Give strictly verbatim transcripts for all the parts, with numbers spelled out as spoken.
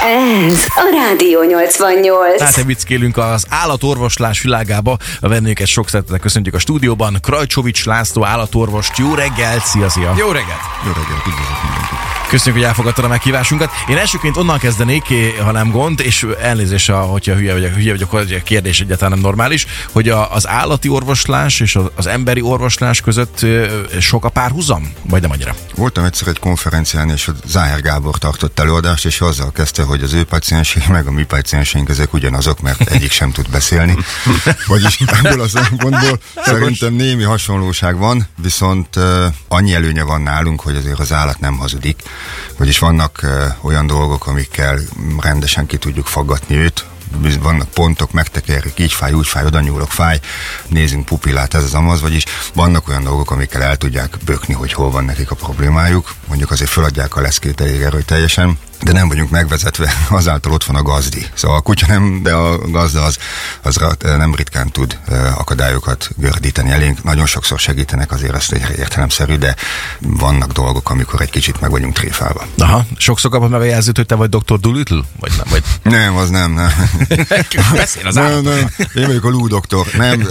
Ez a Rádió nyolcvannyolc. Hát viccélünk az állatorvoslás világába. A vendégeket sok szeretettel köszöntjük a stúdióban. Krajcsovics László állatorvost. Jó reggelt, szia, szia! Jó reggelt! Jó reggelt, üdvözlök mindenkit! Köszönjük, hogy elfogadtad a meghívásunkat. Én elsőként onnan kezdenék, ha nem gond, és elnézés, hogyha hülye vagyok, hülye vagyok, hogy a kérdés egyáltalán nem normális, hogy a, az állati orvoslás és az emberi orvoslás között sok a párhuzam? Vagy nem annyira? Voltam egyszer egy konferencián, és Záher Gábor tartott előadást, és azzal kezdte, hogy az ő paciensei, meg a mi pacienseink ezek ugyanazok, mert egyik sem tud beszélni. Vagyis ebből a szempontból szerintem némi hasonlóság van, viszont uh, annyi előnye van nálunk, hogy azért az állat nem hazudik. Vagyis vannak uh, olyan dolgok, amikkel rendesen ki tudjuk faggatni őt, vannak pontok, megtekerjük, így fáj, úgy fáj, oda nyúlok, fáj, nézzünk pupillát, ez az amaz, vagyis vannak olyan dolgok, amikkel el tudják bökni, hogy hol van nekik a problémájuk, mondjuk azért föladják a leszkét elég erőteljesen, de nem vagyunk megvezetve, azáltal ott van a gazdi. Szóval a kutya nem, de a gazda az, az nem ritkán tud akadályokat gördíteni elénk. Nagyon sokszor segítenek, azért ezt értelemszerű, de vannak dolgok, amikor egy kicsit meg vagyunk tréfálva. Aha, sokszor kapod meg a jelzőt, hogy te vagy doktor Dolittle? Vagy nem? Vagy... Nem, az nem, nem. Beszél az nem, állat. nem, én vagyok a Lou doktor, nem.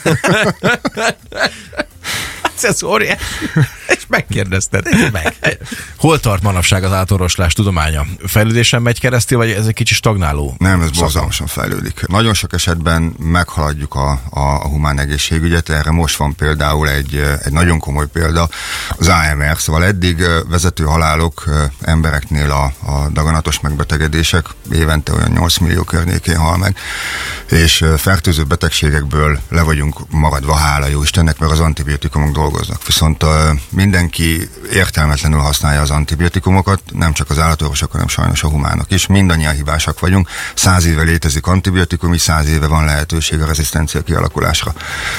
Ez óriás. És megkérdezted. Meg. Hol tart manapság az állatorvoslás tudománya? Fejlődésen megy keresztül, vagy ez egy kicsit stagnáló? Nem, ez borzalmasan fejlődik. Nagyon sok esetben meghaladjuk a, a, a humán egészségügyet. Erre most van például egy, egy nagyon komoly példa, az á em er. Szóval eddig vezető halálok embereknél a, a daganatos megbetegedések, évente olyan nyolc millió környékén hal meg, és fertőző betegségekből le vagyunk maradva, hála jó Istennek, mert az antibiotikumok dolgoznak. Viszont uh, mindenki értelmetlenül használja az antibiotikumokat, nem csak az állatorvosok, hanem sajnos a humánok is. Mindannyian hibásak vagyunk. Száz éve létezik antibiotikum, így száz éve van lehetőség a rezisztencia kialakulásra.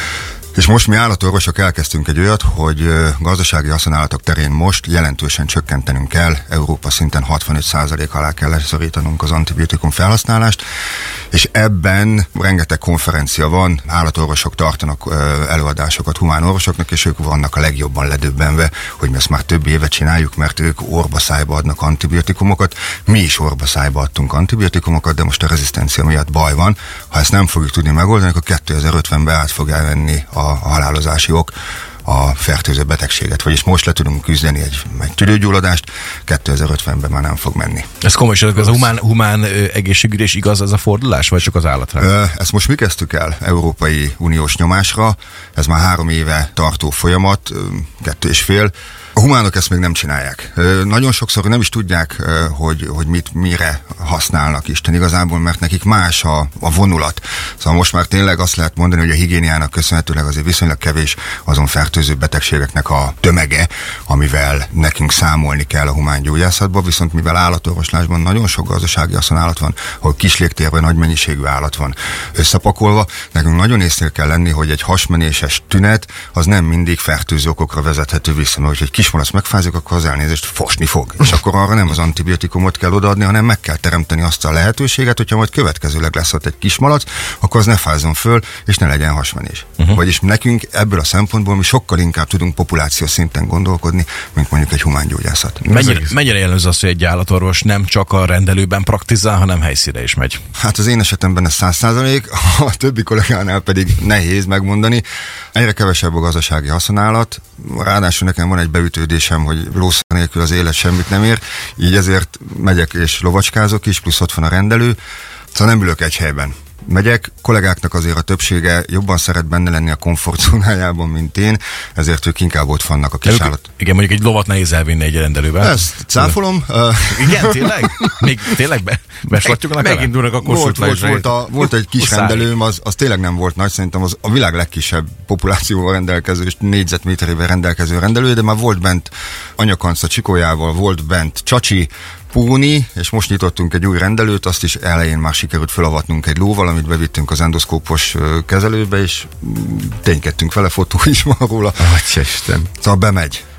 És most mi állatorvosok elkezdtünk egy olyat, hogy gazdasági haszonállatok terén most jelentősen csökkentenünk kell, Európa szinten hatvanöt százalék alá kell leszorítanunk az antibiotikum felhasználást, és ebben rengeteg konferencia van, állatorvosok tartanak előadásokat humán orvosoknak, és ők vannak a legjobban ledöbbenve, hogy mi ezt már több éve csináljuk, mert ők orba-szájba adnak antibiotikumokat, mi is orba-szájba adtunk antibiotikumokat, de most a rezisztencia miatt baj van. Ha ezt nem fogjuk tudni megoldani, akkor kétezer-ötvenben át fog elvenni a a halálozási ok a fertőző betegséget, vagyis most le tudunk küzdeni egy, egy tüdőgyulladást, kétezer-ötvenben már nem fog menni. Ez komoly, ez a humán, humán egészségügyre is igaz ez a fordulás, vagy csak az állatra? Ezt most mi kezdtük el Európai Uniós nyomásra, ez már három éve tartó folyamat, kettő és fél. A humánok ezt még nem csinálják. Nagyon sokszor nem is tudják, hogy, hogy mit, mire használnak Isten igazából, mert nekik más a, a vonulat. Szóval most már tényleg azt lehet mondani, hogy a higiéniának köszönhetőleg azért viszonylag kevés azon fertőző betegségeknek a tömege, amivel nekünk számolni kell a humán gyógyászatban, viszont mivel állatorvoslásban nagyon sok gazdasági haszonállat van, ahol kis légtérben nagy mennyiségű állat van összepakolva, nekünk nagyon észnél kell lenni, hogy egy hasmenéses tünet az nem mindig fertőző okokra vezethető vissza, mert hogy kismalac megfázik, akkor az elnézést fosni fog. És akkor arra nem az antibiotikumot kell odaadni, hanem meg kell teremteni azt a lehetőséget, hogyha majd következőleg lesz ott egy kismalac, akkor az ne fázzon föl, és ne legyen hasmenés. Uh-huh. Vagyis nekünk ebből a szempontból mi sokkal inkább tudunk populáció szinten gondolkodni, mint mondjuk egy humángyógyászat. Mennyire, mennyire jellemző az, hogy egy állatorvos nem csak a rendelőben praktizál, hanem helyszínre is megy? Hát az én esetemben ez száz százalék, a többi kollégánál pedig nehéz megmondani. Egyre kevesebb a gazdasági haszonállat, ráadásul nekem van egy beütődésem, hogy lószer nélkül az élet semmit nem ér, így ezért megyek és lovacskázok is, plusz ott van a rendelő, szóval nem ülök egy helyben. Megyek, kollégáknak azért a többsége jobban szeret benne lenni a komfortzónájában, mint én, ezért ők inkább ott vannak a kisállat. Igen, mondjuk egy lovat nehéz elvinni egy rendelőben. Ezt cáfolom. Igen, tényleg? Még tényleg be, beslatjuk a megindulnak a volt, volt, volt, a, volt egy kis rendelőm, az, az tényleg nem volt nagy, szerintem az a világ legkisebb populációval rendelkező és négyzetméterével rendelkező rendelő, de már volt bent anyakanca csikójával, volt bent csacsi, Póni, és most nyitottunk egy új rendelőt, azt is elején már sikerült felavatnunk egy lóval, amit bevittünk az endoszkópos kezelőbe, és ténykedtünk vele, fotó is van róla. Atyaisten. Szóval bemegy.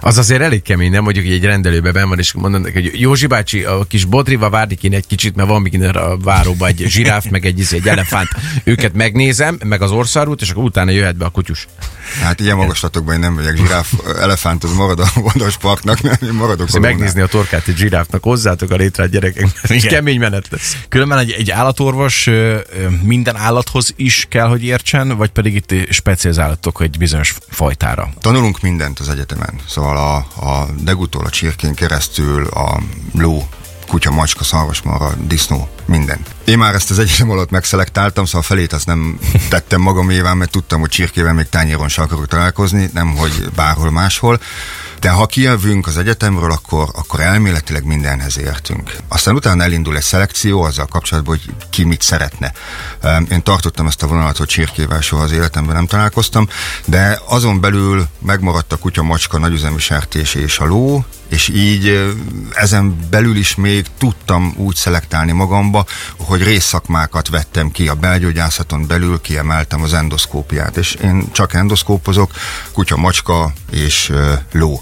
Az azért elég kemény, nem? Mondjuk egy rendelőben benn van, és mondanak, hogy Józsi bácsi, a kis bodrival várni kéne egy kicsit, mert van még innen a váróba egy zsiráf, meg egy, egy elefánt. Őket megnézem, meg az orszarút, és akkor utána jöhet be a kutyus. Hát ilyen magaslatokban én nem vagyok. Zsiráf, elefánt, az marad a Vondos Parknak, nem, én maradok. Megnézni a torkát egy zsiráfnak, hozzátok a létrát, gyerekek, és kemény menet lesz. Különben egy, egy állatorvos minden állathoz is kell, hogy értsen, vagy pedig itt specializáltok egy bizonyos fajtára? Tanulunk mindent az egyetemen. Szóval a, a degutól, a csirkén keresztül, a ló, kutya, macska, szarvasmarha, disznó, minden. Én már ezt az egyetem alatt megszelektáltam, szóval a felét azt nem tettem magamévá, mert tudtam, hogy csirkével még tányéron sem akarok találkozni, nem hogy bárhol máshol. De ha kijövünk az egyetemről, akkor, akkor elméletileg mindenhez értünk. Aztán utána elindul egy szelekció azzal kapcsolatban, hogy ki mit szeretne. Én tartottam ezt a vonalat, hogy csirkével soha az életemben nem találkoztam, de azon belül megmaradt a kutya, macska, nagyüzemű sertés és a ló, és így ezen belül is még tudtam úgy szelektálni magamba, hogy részszakmákat vettem ki. A belgyógyászaton belül kiemeltem az endoszkópiát, és én csak endoszkópozok, kutya, macska és ló.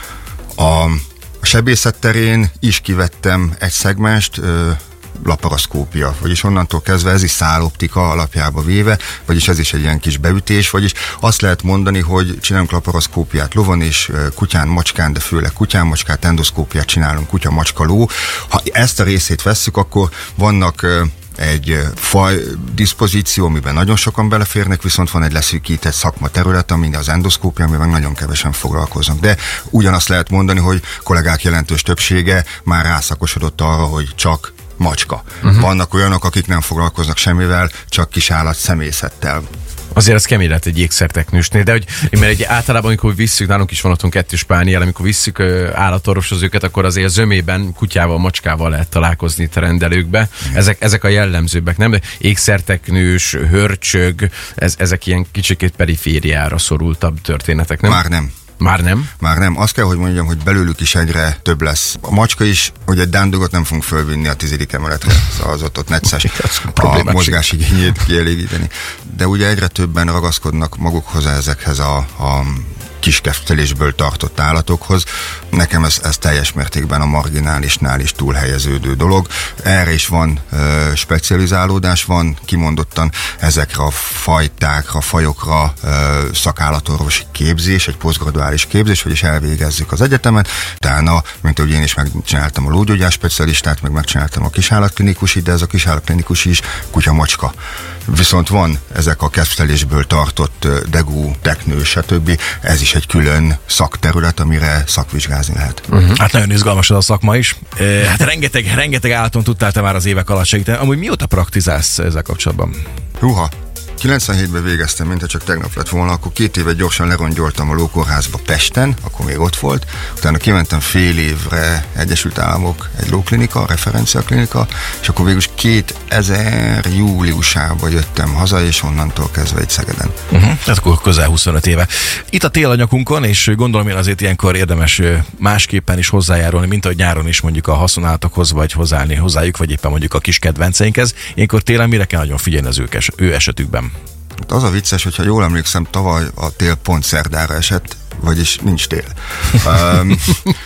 A sebészet terén is kivettem egy szegmest, laparaszkópia, vagyis onnantól kezdve ez is száloptika alapjába véve, vagyis ez is egy ilyen kis beütés, vagyis azt lehet mondani, hogy csinálunk laparaszkópiát lovon és kutyán, macskán, de főleg kutyán, macskát, endoszkópiát csinálunk kutya, macska, ló. Ha ezt a részét vesszük, akkor vannak egy faj diszpozíció, amiben nagyon sokan beleférnek, viszont van egy leszűkített szakma terület, ami az endoszkópia, amiben nagyon kevesen foglalkoznak. De ugyanazt lehet mondani, hogy kollégák jelentős többsége már rászakosodott arra, hogy csak macska. Uh-huh. Vannak olyanok, akik nem foglalkoznak semmivel, csak kisállat szemészettel. Azért az kemény lett egy ékszerteknősnél, de hogy mert egy általában, amikor visszük, nálunk is van otthon kettős pániel, amikor visszük állatorvoshoz őket, akkor azért zömében kutyával, macskával lehet találkozni itt a rendelőkbe. Ezek, ezek a jellemzőbbek, nem? De ékszerteknős, hörcsög, ez, ezek ilyen kicsikét perifériára szorultabb történetek, nem? Már nem. Már nem? Már nem. Azt kell, hogy mondjam, hogy belőlük is egyre több lesz. A macska is, hogy egy dándogot nem fogunk fölvinni a tizedik emeletre, szóval az ott, ott necces a mozgásigényét kielégíteni. De ugye egyre többen ragaszkodnak magukhoz ezekhez a, a kiskeftelésből tartott állatokhoz. Nekem ez, ez teljes mértékben a marginálisnál is túlhelyeződő dolog. Erre is van ö, specializálódás, van kimondottan ezekre a fajtákra, fajokra ö, szakállatorvosi képzés, egy posztgraduális képzés, vagyis elvégezzük az egyetemen. Utána, mint ahogy én is megcsináltam a lógyógyás specialistát, meg megcsináltam a kisállatklinikus, de ez a kisállatklinikus is kutya-macska. Viszont van ezek a keftelésből tartott degú, teknő, stb. Ez is egy külön szakterület, amire szakvizsgázni lehet. Uh-huh. Hát nagyon izgalmas az a szakma is. E, hát rengeteg, rengeteg állaton tudtál te már az évek alatt segíteni. Amúgy mióta praktizálsz ezzel kapcsolatban? Húha! kilencvenhétben végeztem, mintha csak tegnap lett volna, akkor két évet gyorsan lerongyoltam a lókórházba Pesten, akkor még ott volt, utána kimentem fél évre Egyesült Államok, egy lóklinika, referenciaklinika, és akkor végül kétezer júliusában jöttem haza, és onnantól kezdve egy Szegeden. Uh-huh. Tehát akkor közel huszonöt éve. Itt a tél a nyakunkon, és gondolom én azért ilyenkor érdemes másképpen is hozzájárulni, mint ahogy nyáron is mondjuk a haszonállatokhoz, vagy hozzáállni hozzájuk, vagy éppen mondjuk a kis kedvenceinkhez. Ilyenkor télen mire kell nagyon figyelni az ők es- ő esetükben? Az a vicces, hogyha jól emlékszem, tavaly a tél pont szerdára esett, vagyis nincs tél. um,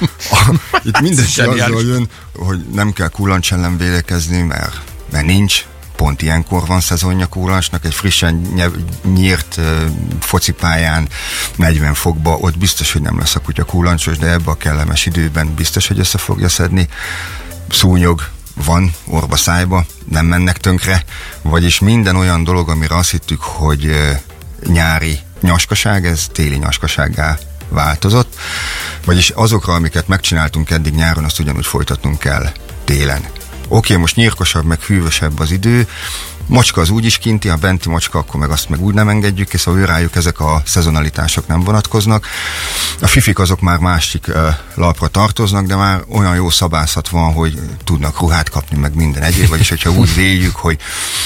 a, itt mindenki azzal jön, hogy nem kell kullancs ellen védekezni, mert, mert nincs. Pont ilyenkor van szezonja kullancsnak, egy frissen nyírt uh, focipályán negyven fokba, ott biztos, hogy nem lesz a kutya kullancsos, de ebbe a kellemes időben biztos, hogy össze fogja szedni. Szúnyog van orba szájba, nem mennek tönkre, vagyis minden olyan dolog, amire azt hittük, hogy uh, nyári nyaskaság, ez téli nyaskasággá változott, vagyis azokra, amiket megcsináltunk eddig nyáron, azt ugyanúgy folytatnunk kell télen. Oké, okay, most nyírkosabb, meg hűvösebb az idő, macska az úgy is kinti, ha benti macska, akkor meg azt meg úgy nem engedjük, és szóval rájuk ezek a szezonalitások nem vonatkoznak. A fifik azok már másik uh, lapra tartoznak, de már olyan jó szabászat van, hogy tudnak ruhát kapni, meg minden egyéb, vagyis hogyha úgy védjük, hogy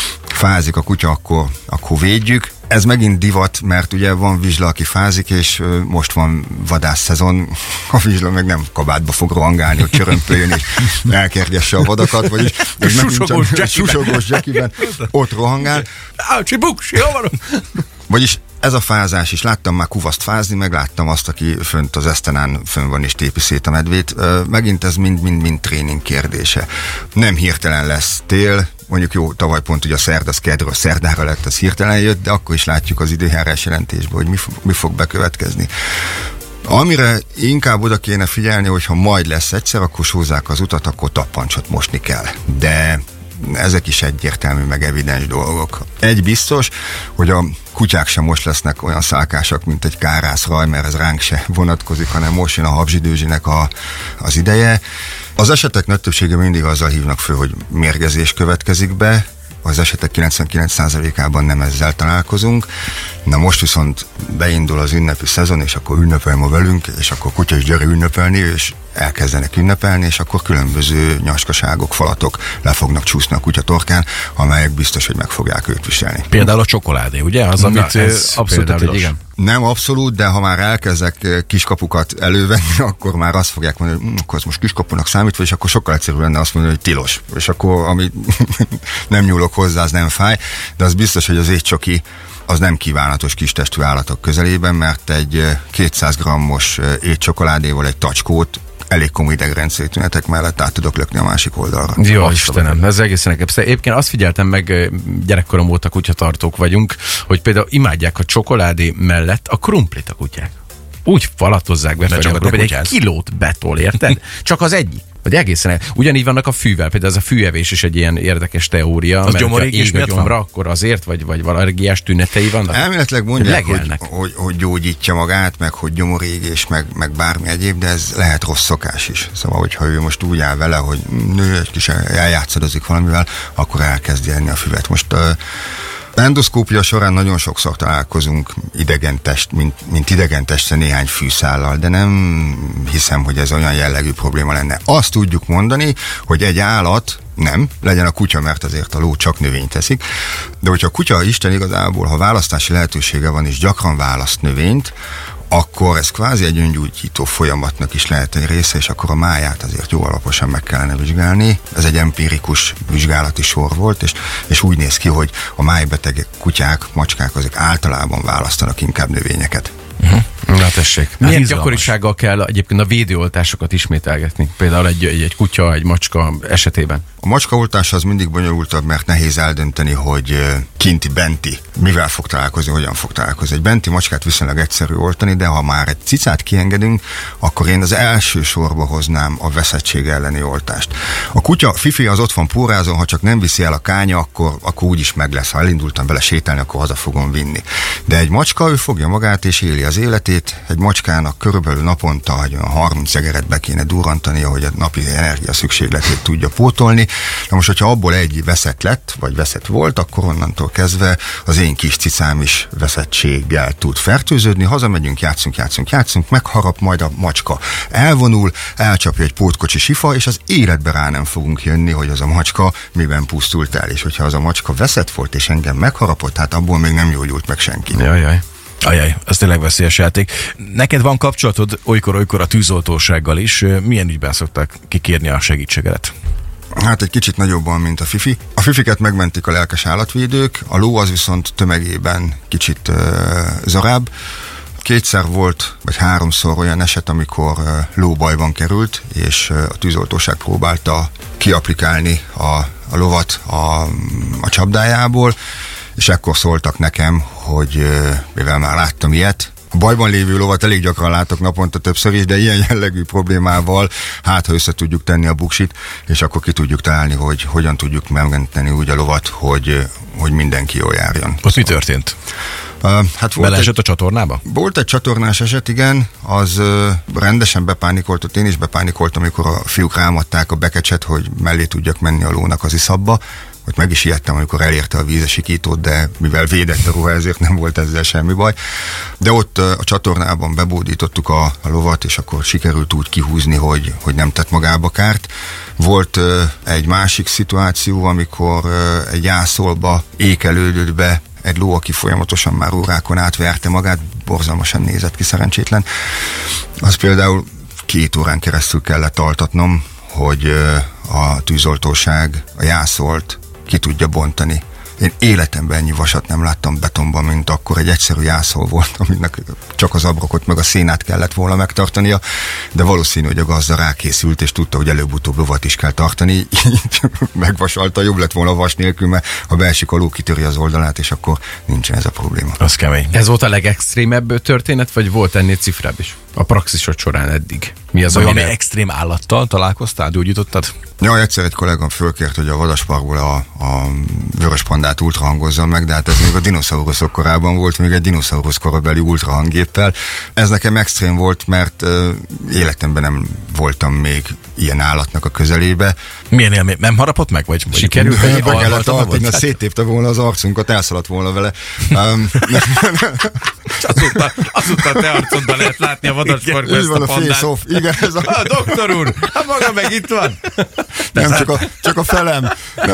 fázik a kutya, akkor, akkor védjük. Ez megint divat, mert ugye van vizsla, aki fázik, és uh, most van vadászszezon, a vizsla meg nem kabátba fog rohangálni, hogy csörömpöljön, és elkergesse a vadakat, vagyis susogós jackiben ott rohangál. Ácsi, buksi, jó van? Vagyis ez a fázás is, láttam már kuvaszt fázni, meg láttam azt, aki fönt az esztenán fönn van és tépi szét a medvét. Megint ez mind-mind tréning kérdése. Nem hirtelen lesz tél, mondjuk jó, tavaly pont ugye a szerda, az kedről szerdára lett, az hirtelen jött, de akkor is látjuk az időjárás jelentésből, hogy mi, mi fog bekövetkezni. Amire inkább oda kéne figyelni, hogyha majd lesz egyszer, akkor sózzák az utat, akkor tappancsot mosni kell. De ezek is egyértelmű, meg evidens dolgok. Egy biztos, hogy a kutyák sem most lesznek olyan szálkásak, mint egy kárászraj, mert ez ránk se vonatkozik, hanem most jön a habzsidőzsinek a, az ideje. Az esetek nagy többsége mindig azzal hívnak föl, hogy mérgezés következik be, az esetek kilencvenkilenc százalékában nem ezzel találkozunk. Na most viszont beindul az ünnepi szezon, és akkor ünnepelj ma velünk, és akkor kutya is gyere ünnepelni, és elkezdenek ünnepelni, és akkor különböző nyaskaságok, falatok le fognak csúszni a kutya torkán, amelyek biztos, hogy meg fogják őt viselni. Például a csokoládé, ugye? Az, amit abszolút például, igen. Nem abszolút, de ha már elkezdek kiskapukat elővenni, akkor már azt fogják mondani, hogy akkor az most kiskapunak számítva, és akkor sokkal egyszerűbb lenne azt mondani, hogy tilos. És akkor, ami nem nyúlok hozzá, az nem fáj, de az biztos, hogy az étcsoki az nem kívánatos kis testű állatok közelében, mert egy kétszáz grammos étcsokoládéval egy tacskót elég komoly idegrendszeri tünetek mellett át tudok lökni a másik oldalra. Jó Istenem, ez egészen elképesztő. Egyébként azt figyeltem meg, gyerekkorom óta kutyatartók vagyunk, hogy például imádják a csokoládé mellett a krumplit a kutyák. Úgy falatozzák be, hogy egy kilót betol, érted? Csak az egyik. Vagy egészen el. Ugyanígy vannak a fűvel, például ez a fűevés is egy ilyen érdekes teória, az mert gyomorégés ha ég a gyomra, akkor azért, vagy, vagy allergiás tünetei vannak? Elméletileg mondják, hogy, hogy, hogy gyógyítja magát, meg hogy gyomorégés, meg, meg bármi egyéb, de ez lehet rossz szokás is. Szóval, hogyha ő most úgy áll vele, hogy nő, egy kis eljátszadozik valamivel, akkor elkezdi enni a füvet. Most uh, endoszkópia során nagyon sokszor találkozunk idegen test, mint, mint idegen testre néhány fűszállal, de nem hiszem, hogy ez olyan jellegű probléma lenne. Azt tudjuk mondani, hogy egy állat, nem, legyen a kutya, mert azért a ló csak növényt teszik, de hogyha a kutya Isten igazából, ha választási lehetősége van és gyakran választ növényt, akkor ez kvázi egy öngyógyító folyamatnak is lehet egy része, és akkor a máját azért jó alaposan meg kellene vizsgálni. Ez egy empirikus vizsgálati sor volt, és, és úgy néz ki, hogy a májbeteg kutyák, macskák azok általában választanak inkább növényeket. Uh-huh. Na tessék. Milyen izgalmas. gyakorisággal kell egyébként a védőoltásokat ismételgetni? Például egy, egy, egy kutya, egy macska esetében? A macskaoltás az mindig bonyolultabb, mert nehéz eldönteni, hogy kinti, benti, mivel fog találkozni, hogyan fog találkozni. Egy benti macskát viszonylag egyszerű oltani, de ha már egy cicát kiengedünk, akkor én az első sorba hoznám a veszettség elleni oltást. A kutya, Fifi az ott van pórázon, ha csak nem viszi el a kánya, akkor, akkor úgyis meg lesz. Ha elindultam vele sétálni, akkor haza fogom vinni. De egy macska, ő fogja magát és éli az életét. Egy macskának körülbelül naponta egy olyan harminc egeret be kéne durrantania, hogy a napi energia szükségletét tudja pótolni. Na most, hogyha abból egy veszett lett, vagy veszett volt, akkor onnantól kezdve az én kis cicám is veszettséggel tud fertőződni. Hazamegyünk, játszunk, játszunk, játszunk, megharap, majd a macska elvonul, elcsapja egy pótkocsi sifa, és az életbe rá nem fogunk jönni, hogy az a macska miben pusztult el. És hogyha az a macska veszett volt, és engem megharapott, hát abból még nem gyógyult meg senki. Jaj, jaj. Ajaj, ez tényleg veszélyes játék. Neked van kapcsolatod olykor-olykor a tűzoltósággal is. Milyen ügyben szokták kikérni a segítségedet? Hát egy kicsit nagyobban, mint a Fifi. A Fifiket megmentik a lelkes állatvédők, a ló az viszont tömegében kicsit uh, zarább. Kétszer volt, vagy háromszor olyan eset, amikor uh, ló bajban került, és uh, a tűzoltóság próbálta kiaplikálni a, a lovat a, a csapdájából, és ekkor szóltak nekem, hogy mivel már láttam ilyet, a bajban lévő lovat elég gyakran látok naponta többször is, de ilyen jellegű problémával hát, ha össze tudjuk tenni a buksit, és akkor ki tudjuk találni, hogy hogyan tudjuk megmenteni úgy a lovat, hogy, hogy mindenki jól járjon. Ott mi történt? Uh, hát volt Beleesett egy, a csatornába? Volt egy csatornás eset, igen, az uh, rendesen bepánikolt, ott én is bepánikoltam, amikor a fiúk rámadták a bekecset, hogy mellé tudjak menni a lónak az iszapba. Hogy meg is ijedtem, amikor elérte a vízesikítót, de mivel védett a ruha, ezért nem volt ezzel semmi baj. De ott uh, a csatornában bebódítottuk a, a lovat, és akkor sikerült úgy kihúzni, hogy, hogy nem tett magába kárt. Volt uh, egy másik szituáció, amikor uh, egy jászolba ékelődött be egy ló, aki folyamatosan már órákon átverte magát, borzalmasan nézett ki, szerencsétlen. Az például két órán keresztül kellett altatnom, hogy uh, a tűzoltóság a jászolt ki tudja bontani. Én életemben ennyi vasat nem láttam betonban, mint akkor. Egy egyszerű jászol volt, aminek csak az abrokot meg a szénát kellett volna megtartania, de valószínű, hogy a gazda rákészült, és tudta, hogy előbb-utóbb lovat is kell tartani, így megvasalta, jobb lett volna vas nélkül, mert ha beesik alul, kitöri az oldalát, és akkor nincsen ez a probléma. Az kemény. Ez volt a legextrémebb történet, vagy volt ennél cifrább is? A praxisod során eddig. Mi az, Vagy valami amire... extrém állattal találkoztál, gyógyítottad? Ja, egyszer egy kollégám fölkért, hogy a vadasparkból a, a vörös pandát ultrahangozzon meg, de hát ez még a dinoszauruszok korában volt, még egy dinoszaurusz korabeli ultrahangéppel. Ez nekem extrém volt, mert uh, életemben nem voltam még ilyen állatnak a közelébe. Milyen élmény? Nem harapott meg? Vagy sikerült? Meg kellett avatni, mert széttépte volna az arcunkat, elszaladt volna vele. Um, azóta, azóta te arcodban lehet látni a vadasparkban ezt a pandát. Igen, ez a... A doktor úr, hát maga meg itt van. Nem, csak a, csak a felem.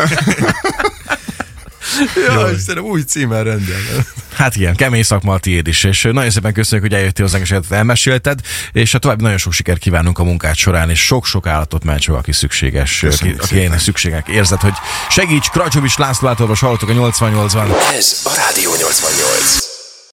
Ja, Istenem, új címmel rendelem. Hát igen, kemény szakma a tiéd is, és nagyon szépen köszönjük, hogy eljöttél hozzánk, és elmesélted, és a további nagyon sok sikert kívánunk a munkád során, és sok-sok állatot mentsük, aki szükséges, aki, aki én szükségek érzed, hogy segíts. Krajcsovics László átorvos, hallottok a nyolcvannyolcban. Ez a Rádió nyolcvannyolc.